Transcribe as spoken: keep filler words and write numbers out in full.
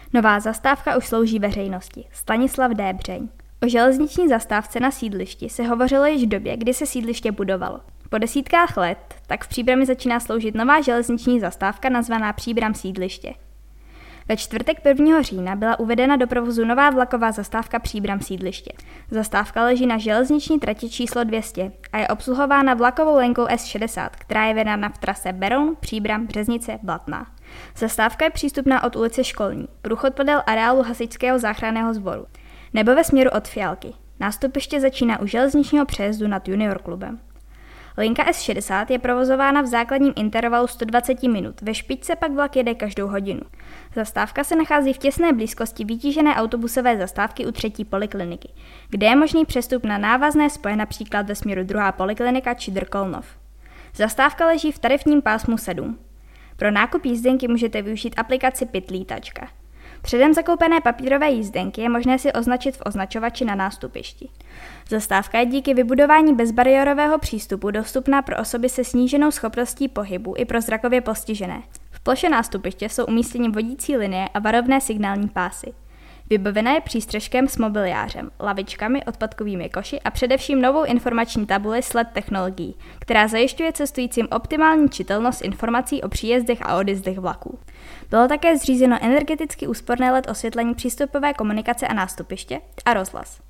Nová zastávka už slouží veřejnosti. Stanislav D. Břeň. O železniční zastávce na sídlišti se hovořilo již v době, kdy se sídliště budovalo. Po desítkách let tak v Příbrami začíná sloužit nová železniční zastávka nazvaná Příbram sídliště. Ve čtvrtek prvního října byla uvedena do provozu nová vlaková zastávka Příbram sídliště. Zastávka leží na železniční trati číslo dvě stě a je obsluhována vlakovou linkou S šedesát, která je vedena v trase Beroun, Příbram, Březnice, Blatná. Zastávka je přístupná od ulice Školní, průchod podél areálu Hasičského záchranného sboru, nebo ve směru od Fialky. Nástupiště začíná u železničního přejezdu nad Junior klubem. Linka S šedesát je provozována v základním intervalu sto dvacet minut, ve špičce pak vlak jede každou hodinu. Zastávka se nachází v těsné blízkosti vytížené autobusové zastávky u třetí polikliniky, kde je možný přestup na návazné spoje například ve směru druhá poliklinika či Drkolnov. Zastávka leží v tarifním pásmu sedm. Pro nákup jízdenky můžete využít aplikaci Pitlítačka. Předem zakoupené papírové jízdenky je možné si označit v označovači na nástupišti. Zastávka je díky vybudování bezbariérového přístupu dostupná pro osoby se sníženou schopností pohybu i pro zrakově postižené. V ploše nástupiště jsou umístěny vodící linie a varovné signální pásy. Vybavena je přístřeškem s mobiliářem, lavičkami, odpadkovými koši a především novou informační tabuli s L E D technologií, která zajišťuje cestujícím optimální čitelnost informací o příjezdech a odjezdech vlaků. Bylo také zřízeno energeticky úsporné L E D osvětlení přístupové komunikace a nástupiště a rozhlas.